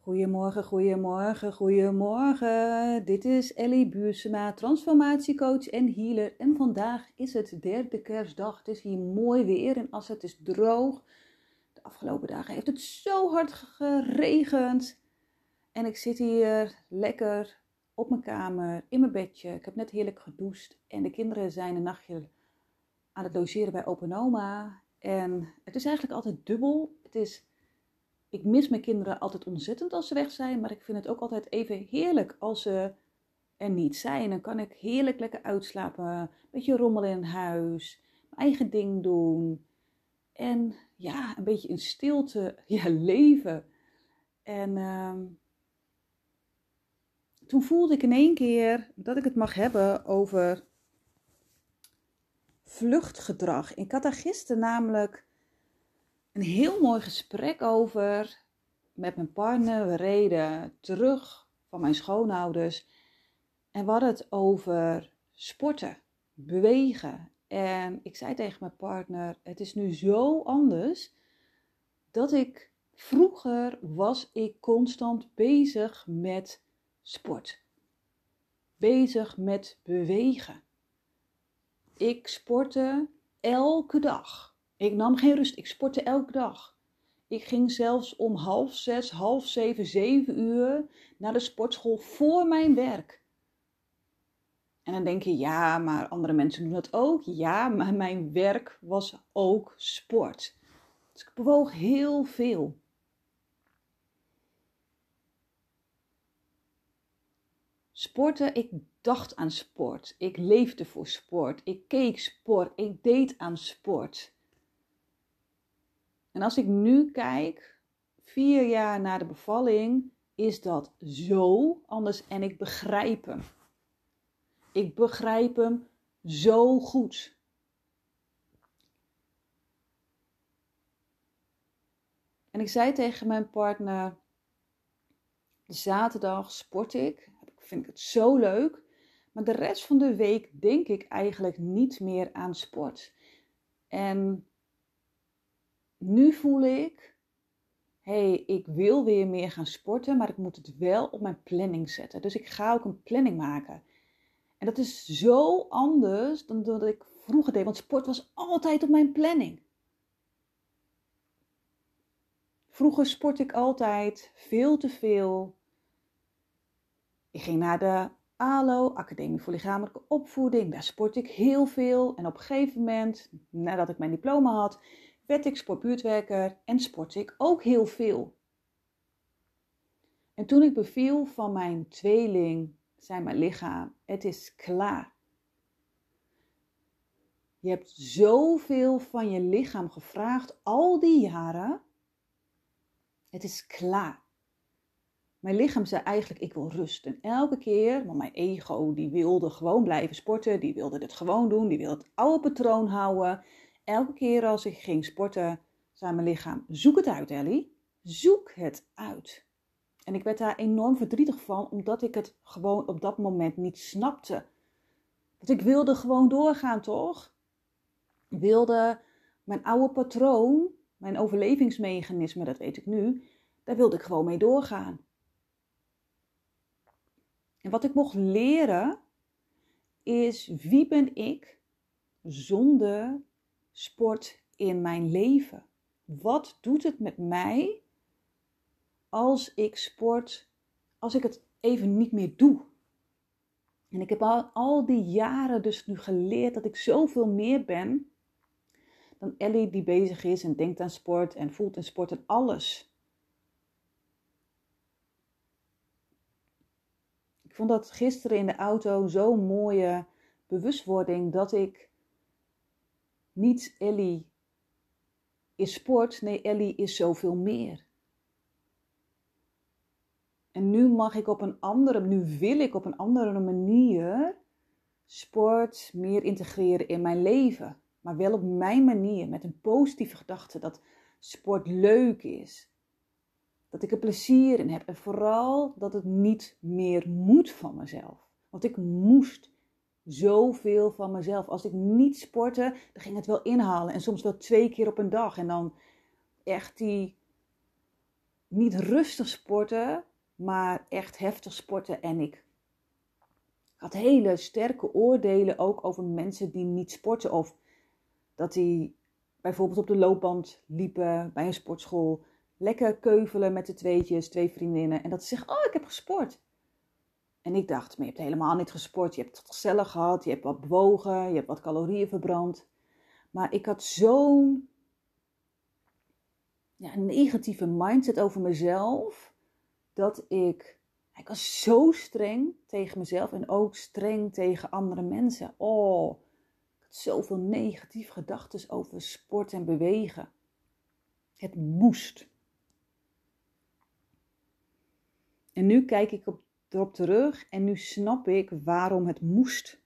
Goedemorgen, goedemorgen, goedemorgen. Dit is Ellie Buursema, transformatiecoach en healer. En vandaag is het derde kerstdag. Het is hier mooi weer in Assen, het is droog. De afgelopen dagen heeft het zo hard geregend. En ik zit hier lekker op mijn kamer, in mijn bedje. Ik heb net heerlijk gedoucht. En de kinderen zijn een nachtje aan het logeren bij opa en oma. En het is eigenlijk altijd dubbel. Ik mis mijn kinderen altijd ontzettend als ze weg zijn, maar ik vind het ook altijd even heerlijk als ze er niet zijn. Dan kan ik heerlijk lekker uitslapen, een beetje rommelen in huis, mijn eigen ding doen. En ja, een beetje in stilte leven. En toen voelde ik in één keer dat ik het mag hebben over vluchtgedrag. Ik had daar gisteren namelijk een heel mooi gesprek over met mijn partner. We reden terug van mijn schoonouders en we hadden het over sporten, bewegen. En ik zei tegen mijn partner, het is nu zo anders dat vroeger was ik constant bezig met sport. Bezig met bewegen. Ik sportte elke dag. Ik nam geen rust, ik sportte elke dag. Ik ging zelfs om 5:30, 6:30, 7:00 naar de sportschool voor mijn werk. En dan denk je, ja, maar andere mensen doen dat ook. Ja, maar mijn werk was ook sport. Dus ik bewoog heel veel. Sporten, ik dacht aan sport. Ik leefde voor sport. Ik keek sport. Ik deed aan sport. En als ik nu kijk, 4 jaar na de bevalling, is dat zo anders en ik begrijp hem. Ik begrijp hem zo goed. En ik zei tegen mijn partner, zaterdag sport ik, vind ik het zo leuk, maar de rest van de week denk ik eigenlijk niet meer aan sport. En nu voel ik, ik wil weer meer gaan sporten, maar ik moet het wel op mijn planning zetten. Dus ik ga ook een planning maken. En dat is zo anders dan dat ik vroeger deed, want sport was altijd op mijn planning. Vroeger sportte ik altijd veel te veel. Ik ging naar de ALO, Academie voor Lichamelijke Opvoeding. Daar sportte ik heel veel. En op een gegeven moment, nadat ik mijn diploma had, werd ik sportbuurtwerker en sportte ik ook heel veel. En toen ik beviel van mijn tweeling, zei mijn lichaam, het is klaar. Je hebt zoveel van je lichaam gevraagd, al die jaren. Het is klaar. Mijn lichaam zei eigenlijk, ik wil rust. En elke keer, want mijn ego die wilde gewoon blijven sporten, die wilde dit gewoon doen, die wilde het oude patroon houden. Elke keer als ik ging sporten, zei mijn lichaam, zoek het uit Ellie, zoek het uit. En ik werd daar enorm verdrietig van, omdat ik het gewoon op dat moment niet snapte. Want ik wilde gewoon doorgaan, toch? Ik wilde mijn oude patroon, mijn overlevingsmechanisme, dat weet ik nu, daar wilde ik gewoon mee doorgaan. En wat ik mocht leren is, wie ben ik zonder sport in mijn leven? Wat doet het met mij als ik sport, als ik het even niet meer doe? En ik heb al die jaren dus nu geleerd dat ik zoveel meer ben dan Ellie die bezig is en denkt aan sport en voelt in sport en alles. Ik vond dat gisteren in de auto zo'n mooie bewustwording dat ik niet Ellie is sport, nee Ellie is zoveel meer. En nu wil ik op een andere manier sport meer integreren in mijn leven. Maar wel op mijn manier, met een positieve gedachte dat sport leuk is. Dat ik er plezier in heb en vooral dat het niet meer moet van mezelf. Want ik moest zoveel van mezelf. Als ik niet sportte, dan ging het wel inhalen. En soms wel 2 keer op een dag. En dan echt niet rustig sporten, maar echt heftig sporten. En ik had hele sterke oordelen ook over mensen die niet sporten. Of dat die bijvoorbeeld op de loopband liepen bij een sportschool. Lekker keuvelen met de tweetjes, 2 vriendinnen. En dat ze zeggen, oh, ik heb gesport. En ik dacht, maar je hebt helemaal niet gesport. Je hebt het gezellig gehad, je hebt wat bewogen, je hebt wat calorieën verbrand. Maar ik had zo'n negatieve mindset over mezelf. Dat ik was zo streng tegen mezelf en ook streng tegen andere mensen. Oh, ik had zoveel negatieve gedachten over sport en bewegen. Het moest. En nu kijk ik erop terug en nu snap ik waarom het moest.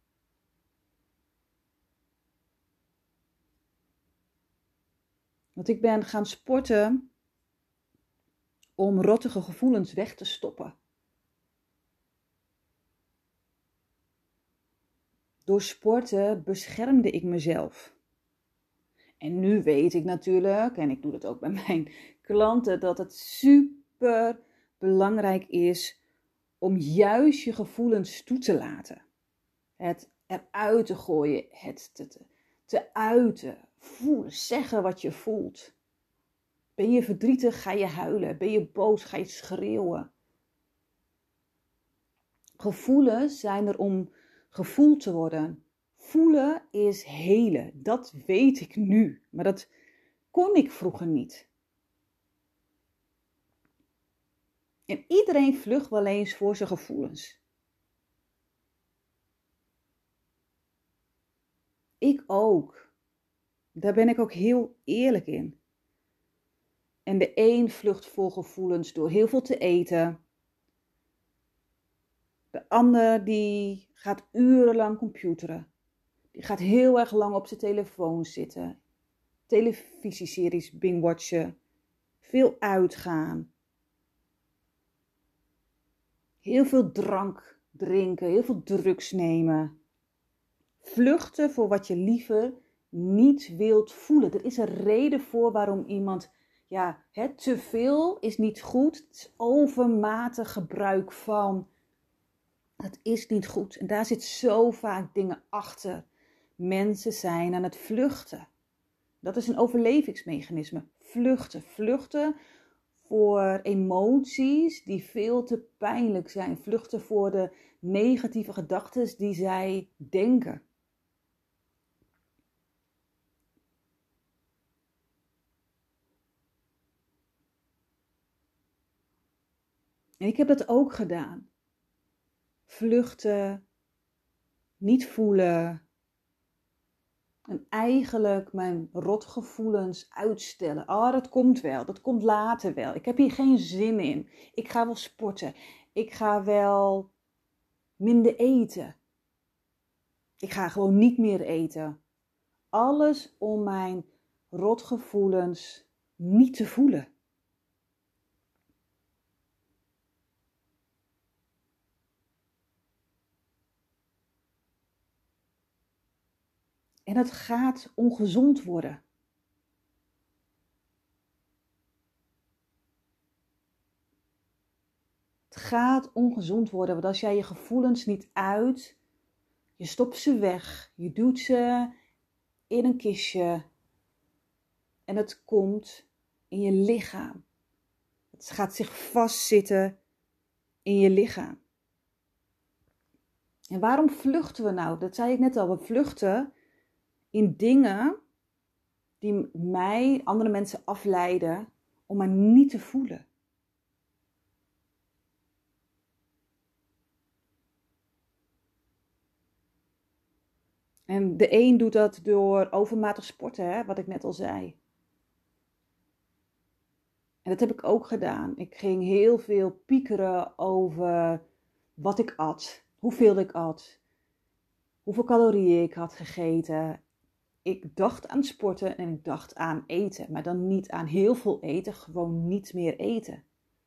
Want ik ben gaan sporten om rottige gevoelens weg te stoppen. Door sporten beschermde ik mezelf. En nu weet ik natuurlijk, en ik doe dat ook bij mijn klanten, dat het super belangrijk is om juist je gevoelens toe te laten. Het eruit te gooien, het te uiten, voelen, zeggen wat je voelt. Ben je verdrietig, ga je huilen. Ben je boos, ga je schreeuwen. Gevoelens zijn er om gevoeld te worden. Voelen is helen. Dat weet ik nu. Maar dat kon ik vroeger niet. En iedereen vlucht wel eens voor zijn gevoelens. Ik ook. Daar ben ik ook heel eerlijk in. En de een vlucht voor gevoelens door heel veel te eten. De ander die gaat urenlang computeren. Die gaat heel erg lang op zijn telefoon zitten. Televisieseries binge-watchen. Veel uitgaan. Heel veel drank drinken. Heel veel drugs nemen. Vluchten voor wat je liever niet wilt voelen. Er is een reden voor waarom iemand... te veel is niet goed. Het is overmatig gebruik van... Het is niet goed. En daar zit zo vaak dingen achter. Mensen zijn aan het vluchten. Dat is een overlevingsmechanisme. Vluchten. Vluchten voor emoties die veel te pijnlijk zijn. Vluchten voor de negatieve gedachten die zij denken. En ik heb dat ook gedaan. Vluchten, niet voelen. En eigenlijk mijn rotgevoelens uitstellen. Oh, dat komt wel, dat komt later wel. Ik heb hier geen zin in. Ik ga wel sporten. Ik ga wel minder eten. Ik ga gewoon niet meer eten. Alles om mijn rotgevoelens niet te voelen. En het gaat ongezond worden. Het gaat ongezond worden, want als jij je gevoelens niet uit, je stopt ze weg, je doet ze in een kistje en het komt in je lichaam. Het gaat zich vastzitten in je lichaam. En waarom vluchten we nou? Dat zei ik net al, we vluchten in dingen die mij, andere mensen afleiden om maar niet te voelen. En de een doet dat door overmatig sporten, wat ik net al zei. En dat heb ik ook gedaan. Ik ging heel veel piekeren over wat ik at, hoeveel ik at, hoeveel calorieën ik had gegeten. Ik dacht aan sporten en ik dacht aan eten, maar dan niet aan heel veel eten, gewoon niet meer eten.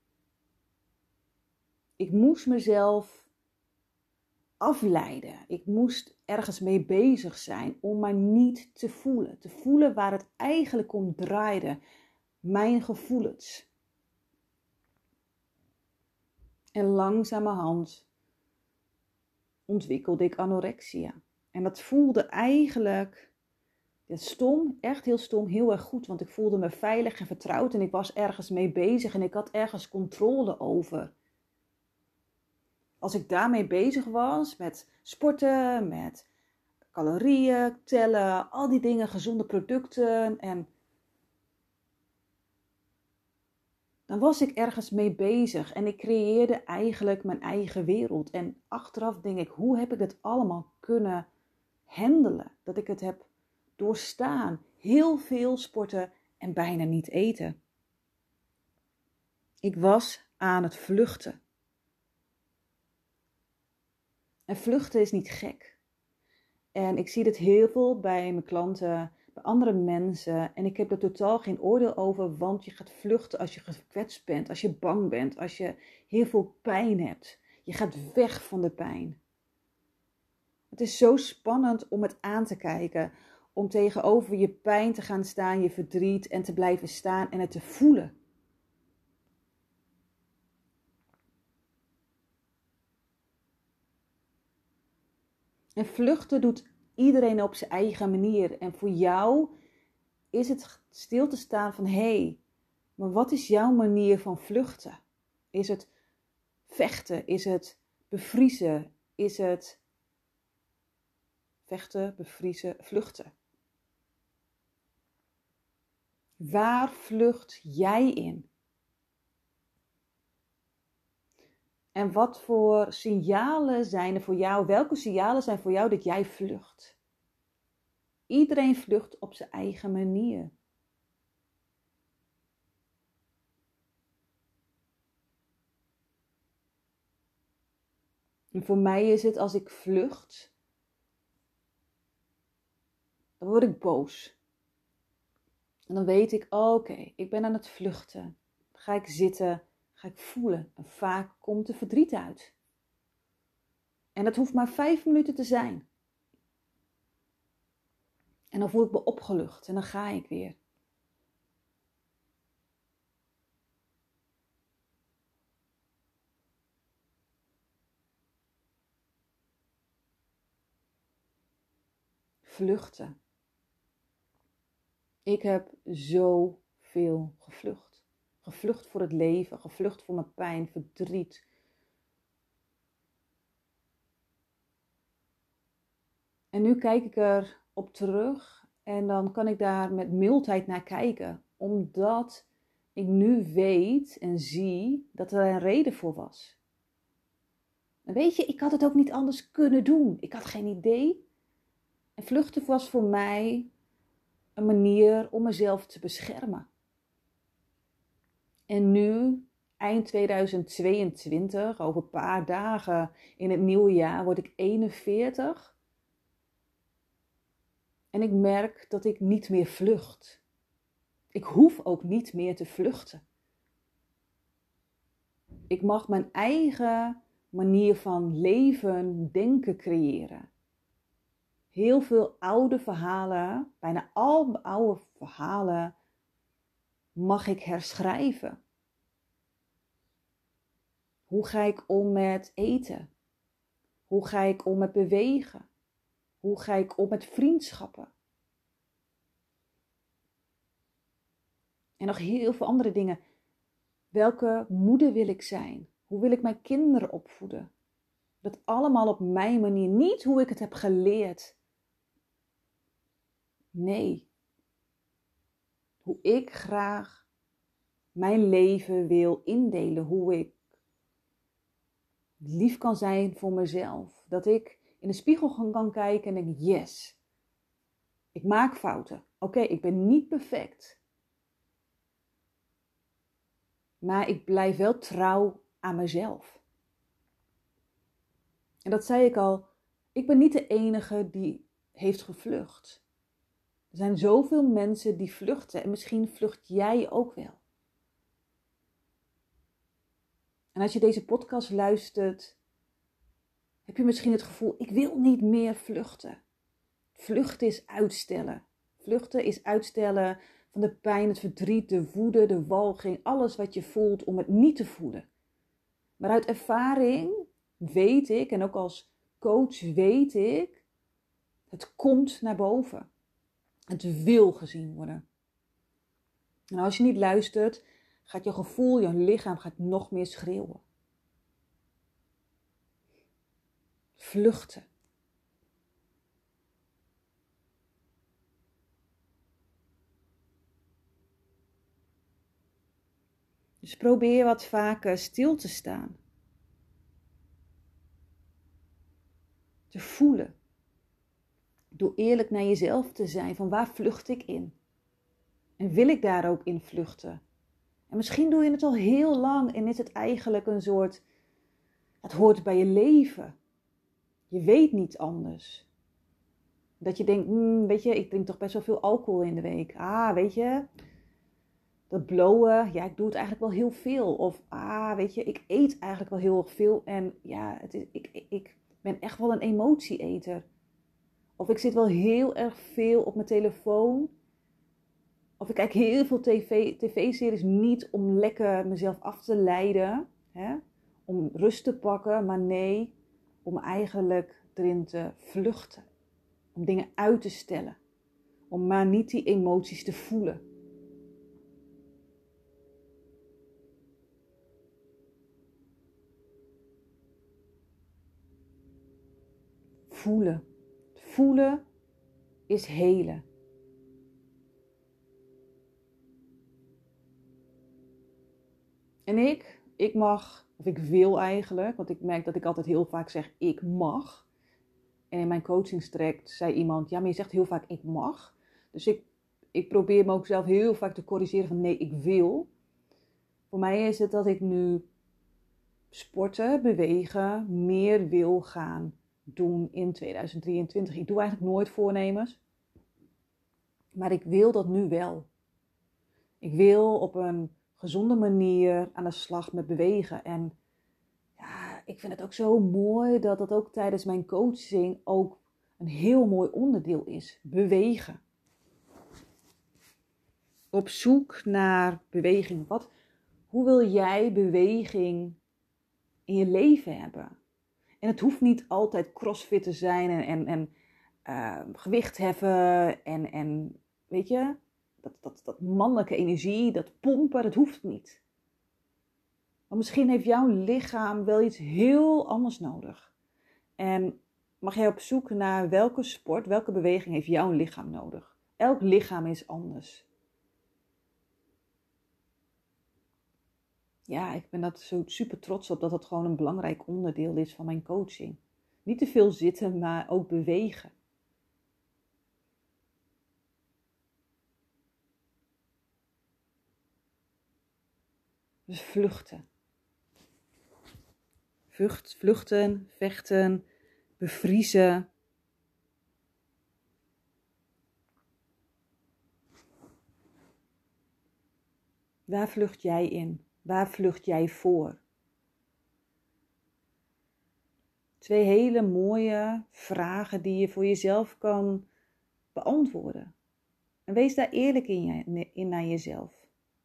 Ik moest mezelf afleiden. Ik moest ergens mee bezig zijn om maar niet te voelen. Te voelen waar het eigenlijk om draaide. Mijn gevoelens. En langzamerhand ontwikkelde ik anorexia. En dat voelde eigenlijk, stom, echt heel stom, heel erg goed. Want ik voelde me veilig en vertrouwd en ik was ergens mee bezig en ik had ergens controle over. Als ik daarmee bezig was, met sporten, met calorieën tellen, al die dingen, gezonde producten, en dan was ik ergens mee bezig en ik creëerde eigenlijk mijn eigen wereld. En achteraf denk ik, hoe heb ik het allemaal kunnen handelen? Dat ik het heb doorstaan. Heel veel sporten en bijna niet eten. Ik was aan het vluchten. En vluchten is niet gek. En ik zie dit heel veel bij mijn klanten, bij andere mensen. En ik heb er totaal geen oordeel over, want je gaat vluchten als je gekwetst bent, als je bang bent, als je heel veel pijn hebt. Je gaat weg van de pijn. Het is zo spannend om het aan te kijken, om tegenover je pijn te gaan staan, je verdriet, en te blijven staan en het te voelen. En vluchten doet iedereen op zijn eigen manier. En voor jou is het stil te staan van, hé, maar wat is jouw manier van vluchten? Is het vechten? Is het bevriezen? Is het vechten, bevriezen, vluchten? Waar vlucht jij in? En wat voor signalen zijn er voor jou? Welke signalen zijn voor jou dat jij vlucht? Iedereen vlucht op zijn eigen manier. En voor mij is het, als ik vlucht, dan word ik boos. En dan weet ik, oké, ik ben aan het vluchten. Dan ga ik zitten, ga ik voelen. En vaak komt er verdriet uit. En dat hoeft maar 5 minuten te zijn. En dan voel ik me opgelucht en dan ga ik weer. Vluchten. Ik heb zoveel gevlucht. Gevlucht voor het leven, gevlucht voor mijn pijn, verdriet. En nu kijk ik er op terug en dan kan ik daar met mildheid naar kijken. Omdat ik nu weet en zie dat er een reden voor was. En weet je, ik had het ook niet anders kunnen doen. Ik had geen idee. En vluchten was voor mij een manier om mezelf te beschermen. En nu, eind 2022, over een paar dagen in het nieuwe jaar, word ik 41. En ik merk dat ik niet meer vlucht. Ik hoef ook niet meer te vluchten. Ik mag mijn eigen manier van leven, denken creëren. Heel veel oude verhalen, bijna al mijn oude verhalen, mag ik herschrijven. Hoe ga ik om met eten? Hoe ga ik om met bewegen? Hoe ga ik om met vriendschappen? En nog heel veel andere dingen. Welke moeder wil ik zijn? Hoe wil ik mijn kinderen opvoeden? Dat allemaal op mijn manier. Niet hoe ik het heb geleerd. Nee. Hoe ik graag mijn leven wil indelen. Hoe ik lief kan zijn voor mezelf. Dat ik in de spiegel kan kijken en denk, yes. Ik maak fouten. Oké, ik ben niet perfect. Maar ik blijf wel trouw aan mezelf. En dat zei ik al, ik ben niet de enige die heeft gevlucht. Er zijn zoveel mensen die vluchten en misschien vlucht jij ook wel. En als je deze podcast luistert, heb je misschien het gevoel, ik wil niet meer vluchten. Vluchten is uitstellen. Vluchten is uitstellen van de pijn, het verdriet, de woede, de walging, alles wat je voelt om het niet te voelen. Maar uit ervaring weet ik, en ook als coach weet ik, het komt naar boven. Het wil gezien worden. En als je niet luistert, gaat je gevoel, je lichaam gaat nog meer schreeuwen. Vluchten. Dus probeer wat vaker stil te staan. Te voelen. Door eerlijk naar jezelf te zijn. Van waar vlucht ik in? En wil ik daar ook in vluchten? En misschien doe je het al heel lang en is het eigenlijk een soort... Het hoort bij je leven. Je weet niet anders. Dat je denkt, weet je, ik drink toch best wel veel alcohol in de week. Weet je, dat blowen, ja, ik doe het eigenlijk wel heel veel. Of, weet je, ik eet eigenlijk wel heel erg veel. En ja, ik ben echt wel een emotieeter. Of ik zit wel heel erg veel op mijn telefoon. Of ik kijk heel veel tv-series niet om lekker mezelf af te leiden. Hè? Om rust te pakken, maar nee, om eigenlijk erin te vluchten. Om dingen uit te stellen. Om maar niet die emoties te voelen. Voelen. Voelen is helen. En ik mag, of ik wil eigenlijk, want ik merk dat ik altijd heel vaak zeg ik mag. En in mijn coachingstraject zei iemand, ja, maar je zegt heel vaak ik mag. Dus ik probeer me ook zelf heel vaak te corrigeren van nee, ik wil. Voor mij is het dat ik nu sporten, bewegen, meer wil gaan doen in 2023. Ik doe eigenlijk nooit voornemens. Maar ik wil dat nu wel. Ik wil op een gezonde manier aan de slag met bewegen. En ja, ik vind het ook zo mooi dat dat ook tijdens mijn coaching ook een heel mooi onderdeel is. Bewegen. Op zoek naar beweging. Hoe wil jij beweging in je leven hebben? En het hoeft niet altijd crossfit te zijn en gewicht heffen en weet je, dat mannelijke energie, dat pompen, dat hoeft niet. Maar misschien heeft jouw lichaam wel iets heel anders nodig. En mag jij op zoek naar welke sport, welke beweging heeft jouw lichaam nodig? Elk lichaam is anders. Ja, ik ben daar zo super trots op dat het gewoon een belangrijk onderdeel is van mijn coaching. Niet te veel zitten, maar ook bewegen. Dus vluchten. Vluchten, vechten, bevriezen. Waar vlucht jij in? Waar vlucht jij voor? 2 hele mooie vragen die je voor jezelf kan beantwoorden. En wees daar eerlijk in naar jezelf.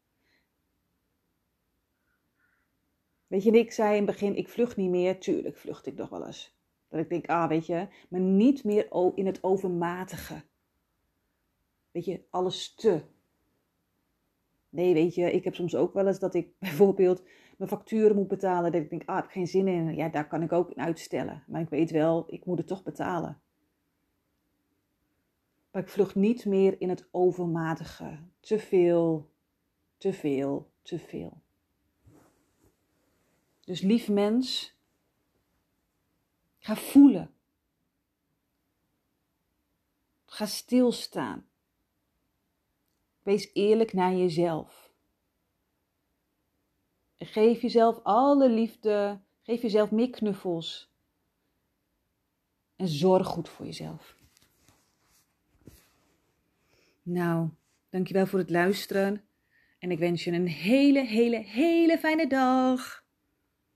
Weet je, ik zei in het begin, ik vlucht niet meer. Tuurlijk vlucht ik nog wel eens. Dat ik denk, weet je, maar niet meer in het overmatige. Weet je, alles te. Nee, weet je, ik heb soms ook wel eens dat ik bijvoorbeeld mijn facturen moet betalen. Dat ik denk, ik heb geen zin in. Ja, daar kan ik ook in uitstellen. Maar ik weet wel, ik moet het toch betalen. Maar ik vlucht niet meer in het overmatige. Te veel, te veel, te veel. Dus lief mens, ga voelen. Ga stilstaan. Wees eerlijk naar jezelf. En geef jezelf alle liefde. Geef jezelf meer knuffels. En zorg goed voor jezelf. Nou, dankjewel voor het luisteren. En ik wens je een hele, hele, hele fijne dag.